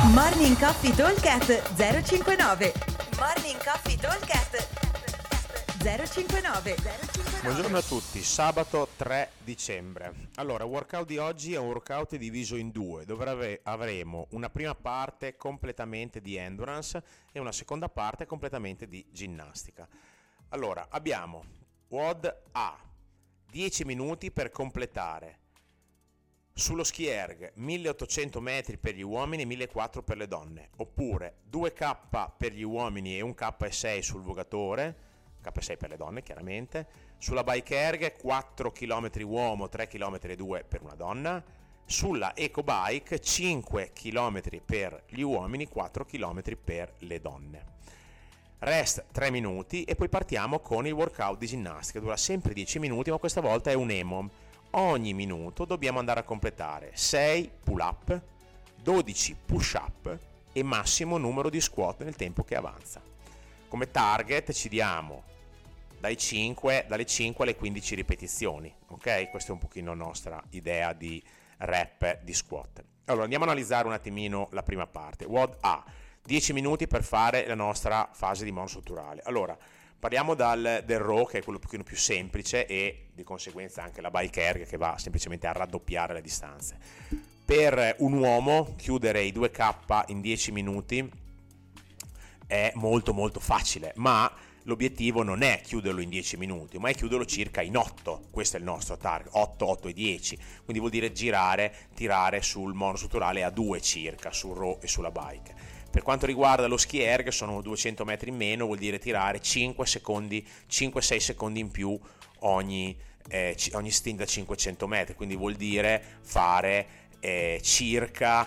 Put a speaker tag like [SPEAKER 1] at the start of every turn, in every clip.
[SPEAKER 1] Morning Coffee Talkcast 059. Morning Coffee Talkcast 059.
[SPEAKER 2] Buongiorno a tutti, sabato 3 dicembre. Allora, il workout di oggi è un workout diviso in due, dove avremo una prima parte completamente di endurance e una seconda parte completamente di ginnastica. Allora, abbiamo WOD A, 10 minuti per completare. Sullo ski erg 1800 metri per gli uomini e 1400 per le donne, oppure 2K per gli uomini e un K6 sul vogatore, K6 per le donne chiaramente. Sulla bike erg 4 km uomo, 3 km e 2 per una donna. Sulla eco bike 5 km per gli uomini, 4 km per le donne. Rest 3 minuti e poi partiamo con il workout di ginnastica, dura sempre 10 minuti ma questa volta è un EMOM. Ogni minuto dobbiamo andare a completare 6 pull up, 12 push up e massimo numero di squat nel tempo che avanza. Come target ci diamo dalle 5 alle 15 ripetizioni, ok? Questa è un pochino nostra idea di rep di squat. Allora andiamo a analizzare un attimino la prima parte. WOD A, 10 minuti per fare la nostra fase di monostrutturale. Allora parliamo del row, che è quello un pochino più semplice, e di conseguenza anche la bike erg, che va semplicemente a raddoppiare le distanze. Per un uomo chiudere i 2K in 10 minuti è molto molto facile, ma l'obiettivo non è chiuderlo in 10 minuti, ma è chiuderlo circa in 8. Questo è il nostro target, 8 e 10. Quindi vuol dire tirare sul monostrutturale a 2 circa, sul row e sulla bike. Per quanto riguarda lo ski erg sono 200 metri in meno, vuol dire tirare 5-6 secondi in più ogni stint da 500 metri, quindi vuol dire fare circa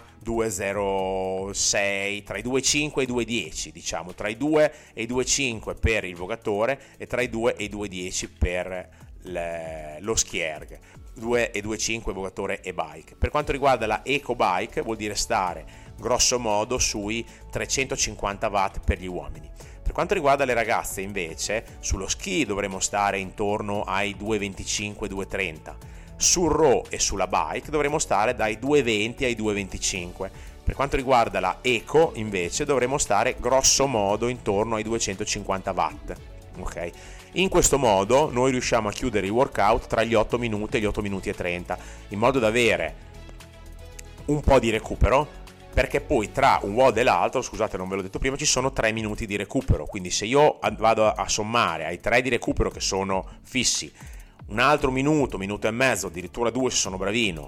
[SPEAKER 2] 2,06, tra i 2,5 e i 2,10, diciamo, tra i 2 e i 2,5 per il vogatore e tra i 2 e i 2,10 per lo ski erg. 2 e 2,5 vogatore e bike. Per quanto riguarda la eco bike vuol dire stare grosso modo sui 350 watt per gli uomini. Per quanto riguarda le ragazze invece, sullo ski dovremo stare intorno ai 2,25-2,30. Sul row e sulla bike dovremo stare dai 2,20 ai 2,25. Per quanto riguarda la eco invece dovremo stare grosso modo intorno ai 250 watt. Ok? In questo modo noi riusciamo a chiudere il workout tra gli 8 minuti e gli 8 minuti e 30, in modo da avere un po' di recupero, perché poi tra un WOD e l'altro, scusate non ve l'ho detto prima, ci sono 3 minuti di recupero. Quindi se io vado a sommare ai 3 di recupero che sono fissi un altro minuto e mezzo, addirittura 2 se sono bravino,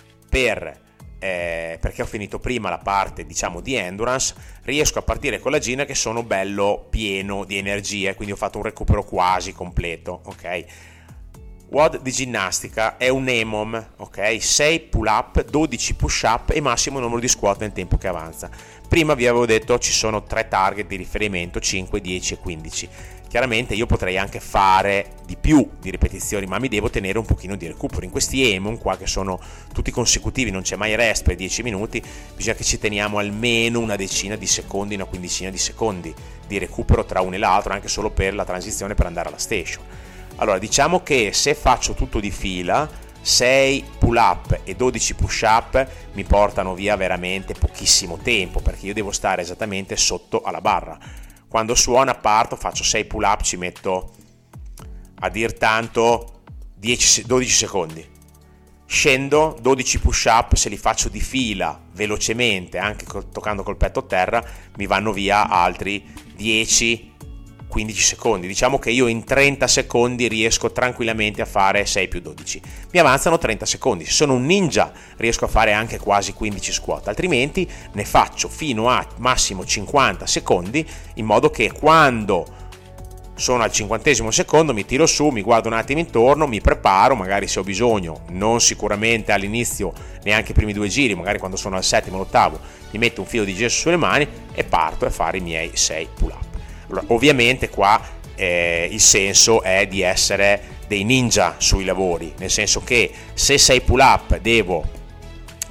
[SPEAKER 2] perché ho finito prima la parte diciamo di endurance, riesco a partire con la gina che sono bello pieno di energie, quindi ho fatto un recupero quasi completo, ok? WOD di ginnastica è un EMOM, ok? 6 pull up, 12 push up e massimo numero di squat nel tempo che avanza. Prima vi avevo detto ci sono 3 target di riferimento, 5, 10 e 15. Chiaramente io potrei anche fare di più di ripetizioni, ma mi devo tenere un pochino di recupero. In questi EMOM qua, che sono tutti consecutivi, non c'è mai rest per 10 minuti, bisogna che ci teniamo almeno una decina di secondi, una quindicina di secondi di recupero tra uno e l'altro, anche solo per la transizione per andare alla station. Allora diciamo che se faccio tutto di fila, 6 pull up e 12 push up mi portano via veramente pochissimo tempo, perché io devo stare esattamente sotto alla barra. Quando suona parto, faccio 6 pull up, ci metto a dir tanto 12 secondi. Scendo, 12 push up, se li faccio di fila velocemente, anche toccando col petto a terra, mi vanno via altri 10-15 secondi. Diciamo che io in 30 secondi riesco tranquillamente a fare 6 più 12. Mi avanzano 30 secondi. Se sono un ninja riesco a fare anche quasi 15 squat, altrimenti ne faccio fino a massimo 50 secondi, in modo che quando sono al 50° secondo mi tiro su, mi guardo un attimo intorno, mi preparo, magari se ho bisogno, non sicuramente all'inizio, neanche i primi 2 giri, magari quando sono al 7° o all'8° mi metto un filo di gesso sulle mani e parto a fare i miei 6 pull up. Allora, ovviamente qua il senso è di essere dei ninja sui lavori, nel senso che se 6 pull up devo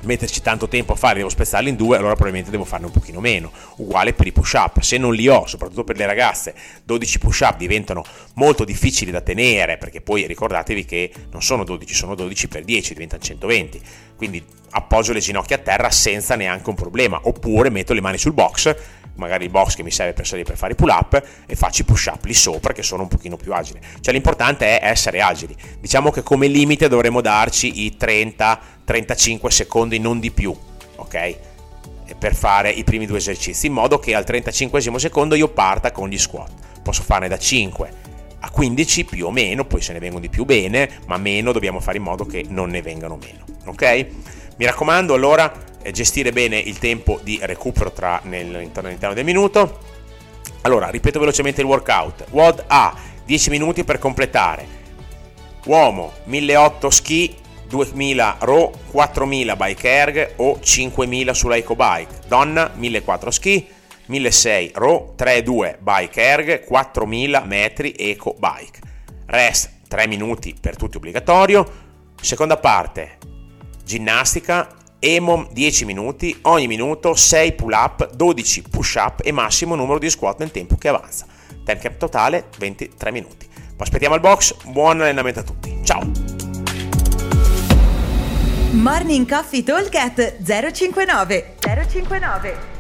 [SPEAKER 2] metterci tanto tempo a farli, devo spezzarli in due, allora probabilmente devo farne un pochino meno. Uguale per i push up, se non li ho, soprattutto per le ragazze, 12 push up diventano molto difficili da tenere, perché poi ricordatevi che non sono 12, sono 12 per 10, diventano 120, quindi appoggio le ginocchia a terra senza neanche un problema, oppure metto le mani sul box, magari il box che mi serve per salire per fare i pull up, e faccio i push up lì sopra che sono un pochino più agili. Cioè l'importante è essere agili. Diciamo che come limite dovremo darci i 30-35 secondi, non di più, ok? Per fare i primi due esercizi, in modo che al 35esimo secondo io parta con gli squat. Posso farne da 5 a 15 più o meno, poi se ne vengono di più bene, ma meno dobbiamo fare in modo che non ne vengano meno, ok? Mi raccomando allora, gestire bene il tempo di recupero all'interno del minuto. Allora, ripeto velocemente il workout. WOD A, 10 minuti per completare. Uomo, 1800 ski, 2000 row, 4000 bike erg o 5000 sulla EcoBike. Donna, 1400 ski, 1600 row, 32 bike erg, 4000 metri EcoBike. Rest 3 minuti per tutti obbligatorio. Seconda parte, ginnastica, EMOM 10 minuti, ogni minuto 6 pull up, 12 push up e massimo numero di squat nel tempo che avanza. Time cap totale 23 minuti. Vi aspettiamo al box, buon allenamento a tutti, ciao!
[SPEAKER 1] Morning Coffee Talk at 059.